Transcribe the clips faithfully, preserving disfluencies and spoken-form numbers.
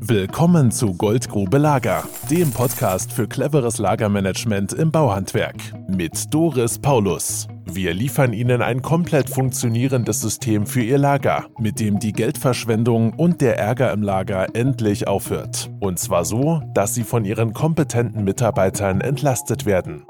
Willkommen zu Goldgrube Lager, dem Podcast für cleveres Lagermanagement im Bauhandwerk mit Doris Paulus. Wir liefern Ihnen ein komplett funktionierendes System für Ihr Lager, mit dem die Geldverschwendung und der Ärger im Lager endlich aufhört. Und zwar so, dass Sie von Ihren kompetenten Mitarbeitern entlastet werden.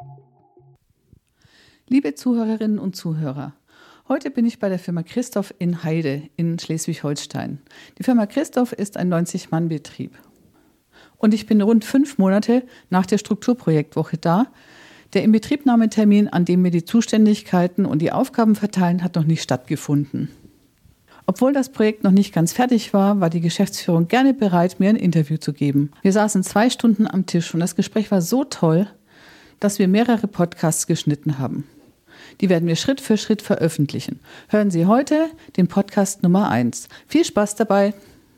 Liebe Zuhörerinnen und Zuhörer, heute bin ich bei der Firma Christoph in Heide in Schleswig-Holstein. Die Firma Christoph ist ein neunzig-Mann-Betrieb. Und ich bin rund fünf Monate nach der Strukturprojektwoche da. Der Inbetriebnahmetermin, an dem wir die Zuständigkeiten und die Aufgaben verteilen, hat noch nicht stattgefunden. Obwohl das Projekt noch nicht ganz fertig war, war die Geschäftsführung gerne bereit, mir ein Interview zu geben. Wir saßen zwei Stunden am Tisch und das Gespräch war so toll, dass wir mehrere Podcasts geschnitten haben. Die werden wir Schritt für Schritt veröffentlichen. Hören Sie heute den Podcast Nummer eins. Viel Spaß dabei!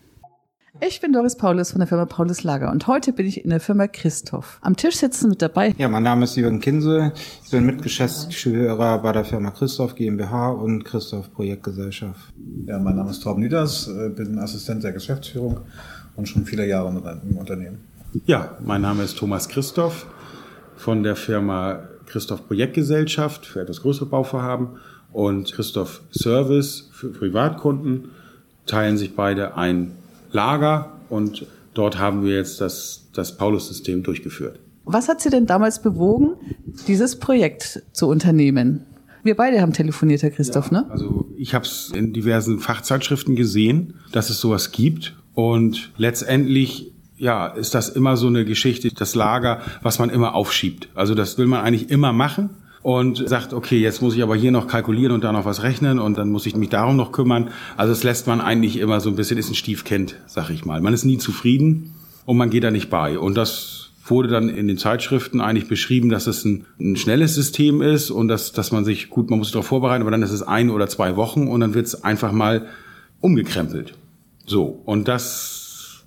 Ich bin Doris Paulus von der Firma Paulus Lager und heute bin ich in der Firma Christoph. Am Tisch sitzen mit dabei. Ja, mein Name ist Jürgen Kinse. Ich bin Mitgeschäftsführer bei der Firma Christoph GmbH und Christoph Projektgesellschaft. Ja, mein Name ist Torben Nieders, bin Assistent der Geschäftsführung und schon viele Jahre im Unternehmen. Ja, mein Name ist Thomas Christoph von der Firma Christoph Projektgesellschaft für etwas größere Bauvorhaben und Christoph Service für Privatkunden teilen sich beide ein Lager und dort haben wir jetzt das, das Paulus-System durchgeführt. Was hat Sie denn damals bewogen, dieses Projekt zu unternehmen? Wir beide haben telefoniert, Herr Christoph, ja, ne? Also ich habe es in diversen Fachzeitschriften gesehen, dass es sowas gibt und letztendlich ja, ist das immer so eine Geschichte, das Lager, was man immer aufschiebt. Also das will man eigentlich immer machen und sagt, okay, jetzt muss ich aber hier noch kalkulieren und da noch was rechnen und dann muss ich mich darum noch kümmern. Also das lässt man eigentlich immer so ein bisschen, ist ein Stiefkind, sag ich mal. Man ist nie zufrieden und man geht da nicht bei. Und das wurde dann in den Zeitschriften eigentlich beschrieben, dass es ein, ein schnelles System ist und dass, dass man sich, gut, man muss sich darauf vorbereiten, aber dann ist es ein oder zwei Wochen und dann wird es einfach mal umgekrempelt. So, und das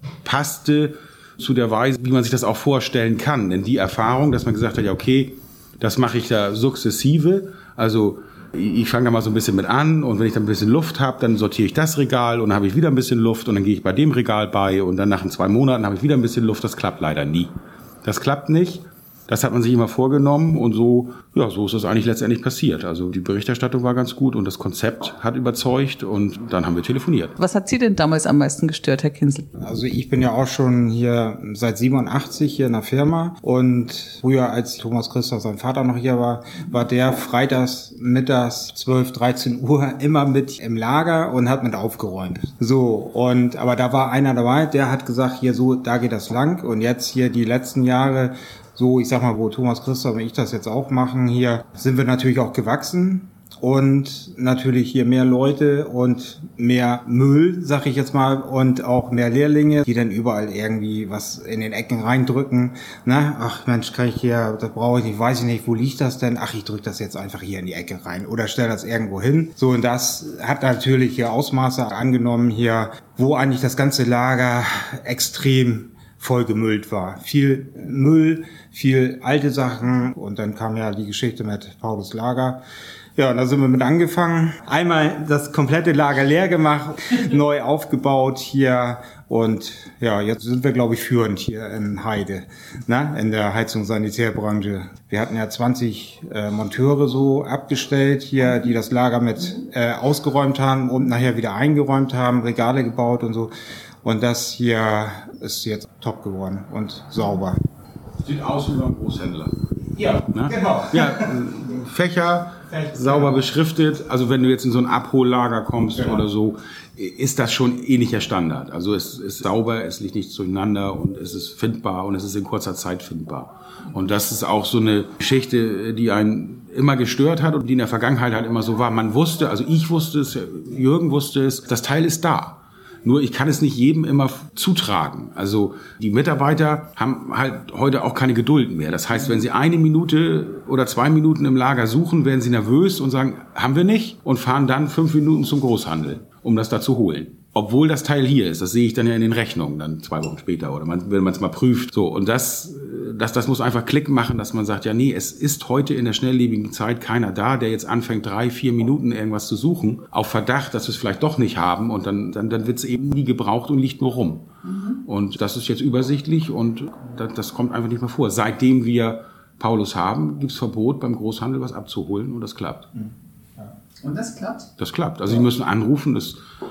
passte zu der Weise, wie man sich das auch vorstellen kann. Denn die Erfahrung, dass man gesagt hat, ja okay, das mache ich da sukzessive, also ich fange da mal so ein bisschen mit an und wenn ich dann ein bisschen Luft habe, dann sortiere ich das Regal und dann habe ich wieder ein bisschen Luft und dann gehe ich bei dem Regal bei und dann nach zwei Monaten habe ich wieder ein bisschen Luft. Das klappt leider nie. Das klappt nicht. Das hat man sich immer vorgenommen und so, ja, so ist das eigentlich letztendlich passiert. Also die Berichterstattung war ganz gut und das Konzept hat überzeugt und dann haben wir telefoniert. Was hat Sie denn damals am meisten gestört, Herr Kinsel? Also ich bin ja auch schon hier seit siebenundachtzig hier in der Firma und früher, als Thomas Christoph, sein Vater noch hier war, war der freitags mittags zwölf, dreizehn Uhr immer mit im Lager und hat mit aufgeräumt. So, und aber da war einer dabei, der hat gesagt, hier so, da geht das lang und jetzt hier die letzten Jahre, so, ich sag mal, wo Thomas Christoph und ich das jetzt auch machen, hier sind wir natürlich auch gewachsen und natürlich hier mehr Leute und mehr Müll, sag ich jetzt mal, und auch mehr Lehrlinge, die dann überall irgendwie was in den Ecken reindrücken. Na, ach Mensch, kann ich hier, das brauche ich nicht, weiß ich nicht, wo liegt das denn? Ach, ich drücke das jetzt einfach hier in die Ecke rein oder stelle das irgendwo hin. So, und das hat natürlich hier Ausmaße angenommen hier, wo eigentlich das ganze Lager extrem vollgemüllt war. Viel Müll, viel alte Sachen und dann kam ja die Geschichte mit Paulus Lager. Ja, und da sind wir mit angefangen. Einmal das komplette Lager leer gemacht, neu aufgebaut hier und ja, jetzt sind wir, glaube ich, führend hier in Heide, ne, in der Heizungs-Sanitärbranche. Wir hatten ja zwanzig äh, Monteure so abgestellt hier, die das Lager mit äh, ausgeräumt haben und nachher wieder eingeräumt haben, Regale gebaut und so. Und das hier ist jetzt top geworden und sauber. Sieht aus wie beim Großhändler. Ja, ne? Genau. Ja, Fächer, Fächer, sauber beschriftet. Also wenn du jetzt in so ein Abhollager kommst, genau, oder so, ist das schon ähnlicher Standard. Also es ist sauber, es liegt nichts durcheinander und es ist findbar und es ist in kurzer Zeit findbar. Und das ist auch so eine Geschichte, die einen immer gestört hat und die in der Vergangenheit halt immer so war. Man wusste, also ich wusste es, Jürgen wusste es, das Teil ist da. Nur ich kann es nicht jedem immer zutragen. Also die Mitarbeiter haben halt heute auch keine Geduld mehr. Das heißt, wenn sie eine Minute oder zwei Minuten im Lager suchen, werden sie nervös und sagen, haben wir nicht, und fahren dann fünf Minuten zum Großhandel, um das da zu holen. Obwohl das Teil hier ist, das sehe ich dann ja in den Rechnungen, dann zwei Wochen später oder man, wenn man es mal prüft. So, und das, das, das muss einfach Klick machen, dass man sagt, ja nee, es ist heute in der schnelllebigen Zeit keiner da, der jetzt anfängt, drei, vier Minuten irgendwas zu suchen, auf Verdacht, dass wir es vielleicht doch nicht haben und dann, dann, dann wird es eben nie gebraucht und liegt nur rum. Mhm. Und das ist jetzt übersichtlich und das, das kommt einfach nicht mehr vor. Seitdem wir Paulus haben, gibt es Verbot, beim Großhandel was abzuholen und das klappt. Und das klappt? Das klappt. Also Sie müssen anrufen, das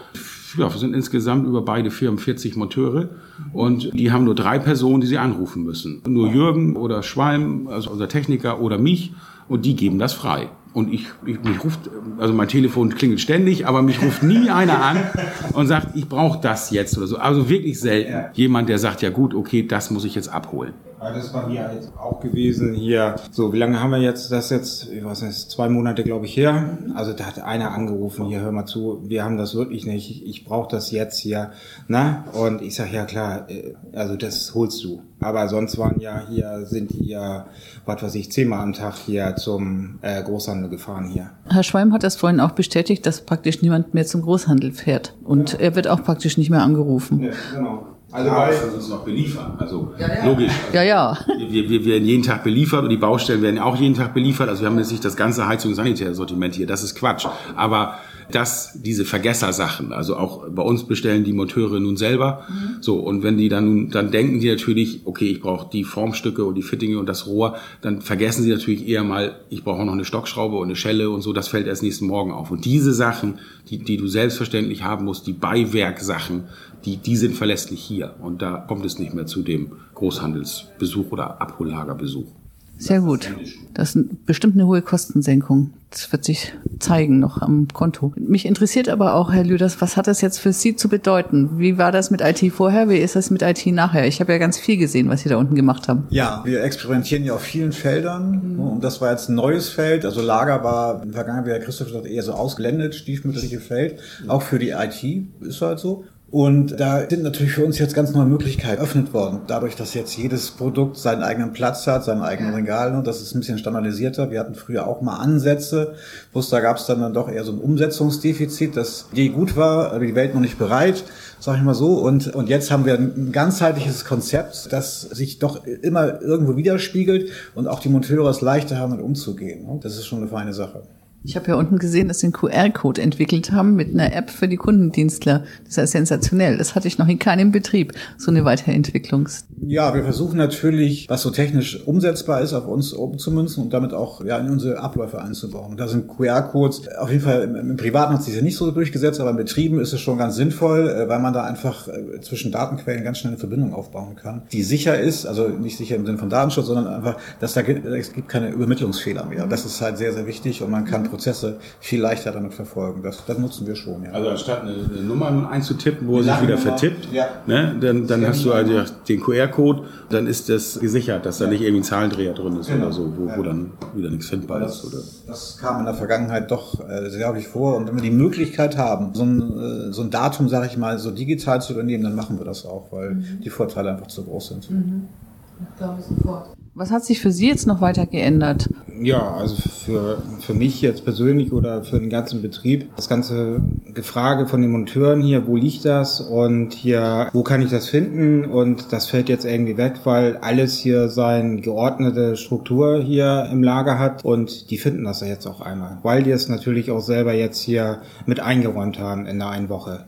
ja, wir sind insgesamt über beide Firmen vierzig Monteure und die haben nur drei Personen, die sie anrufen müssen. Nur Jürgen oder Schwalm, also unser Techniker oder mich und die geben das frei. Und ich, ich mich ruft, also mein Telefon klingelt ständig, aber mich ruft nie einer an und sagt, ich brauche das jetzt oder so. Also wirklich selten. Ja. Jemand, der sagt, ja gut, okay, das muss ich jetzt abholen. Ja, das war hier jetzt auch gewesen. Hier, so, wie lange haben wir jetzt das jetzt? Ich weiß nicht, zwei Monate, glaube ich, her. Also da hat einer angerufen, hier, hör mal zu, wir haben das wirklich nicht. Ich, ich brauche das jetzt hier. Na? Und ich sag, ja klar, also das holst du. Aber sonst waren ja hier, sind die ja, was weiß ich, zehnmal am Tag hier zum äh, Großhandel gefahren hier. Herr Schwalm hat das vorhin auch bestätigt, dass praktisch niemand mehr zum Großhandel fährt. Und ja. Er wird auch praktisch nicht mehr angerufen. Ja, genau. Also ja, wir uns noch beliefern, also ja, ja. logisch. Ja, ja. Wir, wir werden jeden Tag beliefert und die Baustellen werden auch jeden Tag beliefert. Also wir haben jetzt nicht das ganze Heizung- und Sanitärsortiment hier, das ist Quatsch. Aber dass diese Vergessersachen, also auch bei uns bestellen die Monteure nun selber, mhm. so, und wenn die dann, dann denken die natürlich, okay, ich brauche die Formstücke und die Fittinge und das Rohr, dann vergessen sie natürlich eher mal, ich brauche noch eine Stockschraube und eine Schelle und so, das fällt erst nächsten Morgen auf. Und diese Sachen, die, die du selbstverständlich haben musst, die Beiwerksachen, die, die sind verlässlich hier. Und da kommt es nicht mehr zu dem Großhandelsbesuch oder Abhollagerbesuch. Sehr gut. Das ist bestimmt eine hohe Kostensenkung. Das wird sich zeigen noch am Konto. Mich interessiert aber auch, Herr Lüders, was hat das jetzt für Sie zu bedeuten? Wie war das mit I T vorher? Wie ist das mit I T nachher? Ich habe ja ganz viel gesehen, was Sie da unten gemacht haben. Ja, wir experimentieren ja auf vielen Feldern. Mhm. Und das war jetzt ein neues Feld. Also Lager war im Vergangenen, wie Herr Christoph gesagt, eher so ausgeblendet, stiefmütterliche Feld. Mhm. Auch für die I T ist halt so. Und da sind natürlich für uns jetzt ganz neue Möglichkeiten eröffnet worden. Dadurch, dass jetzt jedes Produkt seinen eigenen Platz hat, seinen eigenen Regal, und das ist ein bisschen standardisierter. Wir hatten früher auch mal Ansätze, bloß da gab es dann, dann doch eher so ein Umsetzungsdefizit, dass die gut war, aber die Welt noch nicht bereit, sag ich mal so. Und, und jetzt haben wir ein ganzheitliches Konzept, das sich doch immer irgendwo widerspiegelt und auch die Monteure es leichter haben, damit umzugehen. Das ist schon eine feine Sache. Ich habe ja unten gesehen, dass sie einen Q R-Code entwickelt haben mit einer App für die Kundendienstler. Das ist ja sensationell. Das hatte ich noch in keinem Betrieb, so eine Weiterentwicklung. Ja, wir versuchen natürlich, was so technisch umsetzbar ist, auf uns umzumünzen und damit auch ja in unsere Abläufe einzubauen. Da sind Q R-Codes, auf jeden Fall im, im Privaten hat sich ja nicht so durchgesetzt, aber in Betrieben ist es schon ganz sinnvoll, weil man da einfach zwischen Datenquellen ganz schnell eine Verbindung aufbauen kann, die sicher ist, also nicht sicher im Sinne von Datenschutz, sondern einfach, dass da es gibt keine Übermittlungsfehler mehr. Das ist halt sehr, sehr wichtig und man kann Prozesse viel leichter damit verfolgen. Das, das nutzen wir schon, ja. Also anstatt eine, eine Nummer nun einzutippen, wo er sich wieder vertippt, ja. ne, dann, dann hast du also den Q R-Code, dann ist das gesichert, dass da nicht irgendwie ein Zahlendreher drin ist, genau, oder so, wo, ja. wo dann wieder nichts findbar das, ist. Oder? Das kam in der Vergangenheit doch äh, sehr häufig vor. Und wenn wir die Möglichkeit haben, so ein, äh, so ein Datum, sage ich mal, so digital zu übernehmen, dann machen wir das auch, weil mhm. die Vorteile einfach zu groß sind. Mhm. Ich glaube sofort. Was hat sich für Sie jetzt noch weiter geändert? Ja, also für, für mich jetzt persönlich oder für den ganzen Betrieb, das ganze Gefrage von den Monteuren hier, wo liegt das und hier, wo kann ich das finden, und das fällt jetzt irgendwie weg, weil alles hier seine geordnete Struktur hier im Lager hat und die finden das ja jetzt auch einmal, weil die es natürlich auch selber jetzt hier mit eingeräumt haben in der einen Woche.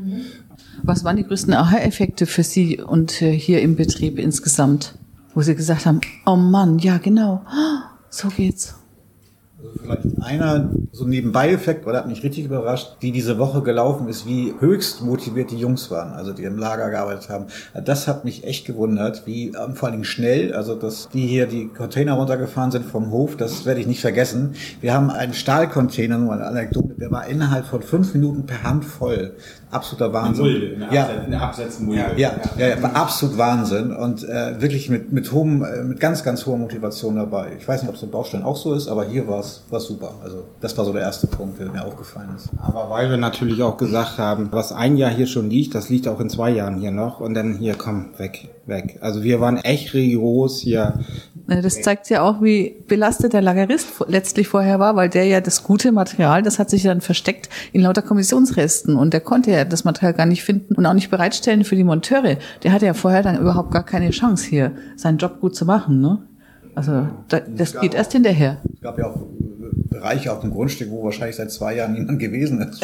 Was waren die größten Aha-Effekte für Sie und hier im Betrieb insgesamt? Wo Sie gesagt haben, oh Mann, ja genau, so geht's. Also vielleicht einer so Nebenbei-Effekt, oder hat mich richtig überrascht, wie diese Woche gelaufen ist, wie höchst motiviert die Jungs waren, also die im Lager gearbeitet haben. Das hat mich echt gewundert, wie vor allen Dingen schnell, also dass die hier die Container runtergefahren sind vom Hof, das werde ich nicht vergessen. Wir haben einen Stahlcontainer, nur eine Anekdote, der war innerhalb von fünf Minuten per Hand voll. Absoluter Wahnsinn. Eine Mulde, eine, ja. Absatz, eine Absatzmulde. Ja, ja, ja, ja, war absolut Wahnsinn und äh, wirklich mit mit hohem, äh, mit ganz, ganz hoher Motivation dabei. Ich weiß nicht, ob es in Baustellen auch so ist, aber hier war es war super. Also das war so der erste Punkt, der mir aufgefallen ist. Aber weil wir natürlich auch gesagt haben, was ein Jahr hier schon liegt, das liegt auch in zwei Jahren hier noch, und dann hier, komm, weg, weg. Also wir waren echt rigoros hier. Das zeigt ja auch, wie belastet der Lagerist letztlich vorher war, weil der ja das gute Material, das hat sich dann versteckt in lauter Kommissionsresten, und der konnte ja das Material gar nicht finden und auch nicht bereitstellen für die Monteure. Der hatte ja vorher dann überhaupt gar keine Chance hier, seinen Job gut zu machen, ne? Also da, das geht erst hinterher. Es gab ja auch Bereiche auf dem Grundstück, wo wahrscheinlich seit zwei Jahren niemand gewesen ist.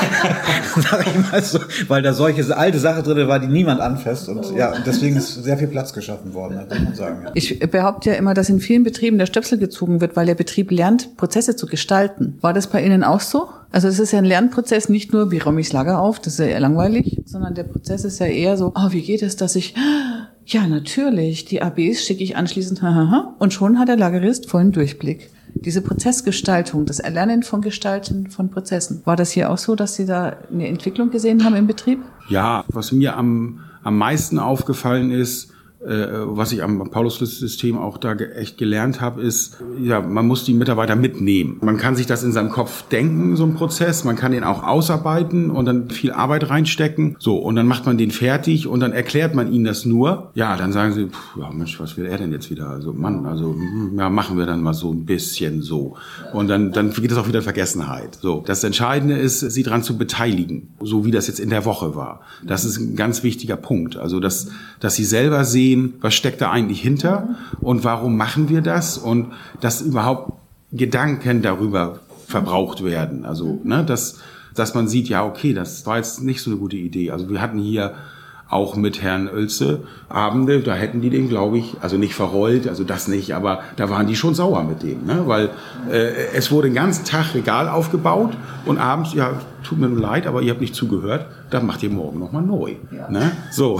Sag ich mal so, weil da solche alte Sache drin war, die niemand anfasst. Und ja, deswegen ist sehr viel Platz geschaffen worden, muss man sagen. Ja. Ich behaupte ja immer, dass in vielen Betrieben der Stöpsel gezogen wird, weil der Betrieb lernt, Prozesse zu gestalten. War das bei Ihnen auch so? Also es ist ja ein Lernprozess, nicht nur, wie räume ich das Lager auf, das ist ja eher langweilig, sondern der Prozess ist ja eher so, oh, wie geht es, dass ich, ja natürlich, die A Bs schicke ich anschließend, und schon hat der Lagerist vollen Durchblick. Diese Prozessgestaltung, das Erlernen von Gestalten von Prozessen. War das hier auch so, dass Sie da eine Entwicklung gesehen haben im Betrieb? Ja, was mir am, am meisten aufgefallen ist, äh, was ich am Paulus-System auch da ge- echt gelernt habe, ist, ja, man muss die Mitarbeiter mitnehmen. Man kann sich das in seinem Kopf denken, so ein Prozess, man kann den auch ausarbeiten und dann viel Arbeit reinstecken. So, und dann macht man den fertig und dann erklärt man ihnen das nur. Ja, dann sagen sie, pff, ja Mensch, was will er denn jetzt wieder? Also Mann, also ja, machen wir dann mal so ein bisschen so. Und dann, dann geht es auch wieder in Vergessenheit. So, das Entscheidende ist, sie dran zu beteiligen, so wie das jetzt in der Woche war. Das ist ein ganz wichtiger Punkt. Also, dass, dass sie selber sehen, was steckt da eigentlich hinter und warum machen wir das und dass überhaupt Gedanken darüber verbraucht werden. Also, ne, dass, dass man sieht, ja, okay, das war jetzt nicht so eine gute Idee. Also wir hatten hier auch mit Herrn Oelze Abende, da hätten die den, glaube ich, also nicht verrollt, also das nicht, aber da waren die schon sauer mit dem, ne? Weil äh, es wurde den ganzen Tag Regal aufgebaut und abends, ja, tut mir nur leid, aber ihr habt nicht zugehört, dann macht ihr morgen nochmal neu. Ja. Ne? So,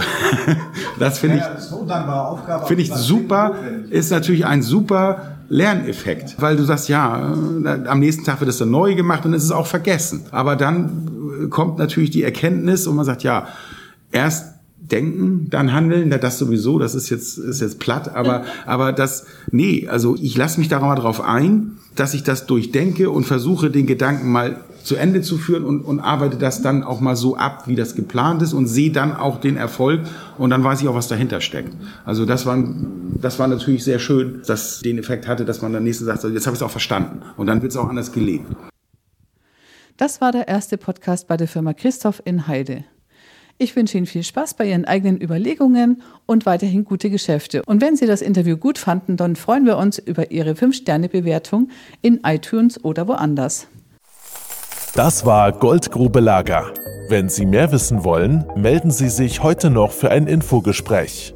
das finde ja, ja, ich, finde ich super, ist natürlich ein super Lerneffekt, weil du sagst, ja, am nächsten Tag wird es dann neu gemacht und es ist auch vergessen. Aber dann kommt natürlich die Erkenntnis und man sagt, ja, erst denken, dann handeln, das sowieso, das ist jetzt, ist jetzt platt, aber, aber das, nee, also ich lasse mich da mal drauf ein, dass ich das durchdenke und versuche, den Gedanken mal zu Ende zu führen und, und arbeite das dann auch mal so ab, wie das geplant ist und sehe dann auch den Erfolg und dann weiß ich auch, was dahinter steckt. Also das war, das war natürlich sehr schön, dass den Effekt hatte, dass man dann nächsten sagt, jetzt habe ich es auch verstanden und dann wird es auch anders gelebt. Das war der erste Podcast bei der Firma Christoph in Heide. Ich wünsche Ihnen viel Spaß bei Ihren eigenen Überlegungen und weiterhin gute Geschäfte. Und wenn Sie das Interview gut fanden, dann freuen wir uns über Ihre fünf Sterne Bewertung in iTunes oder woanders. Das war Goldgrube Lager. Wenn Sie mehr wissen wollen, melden Sie sich heute noch für ein Infogespräch.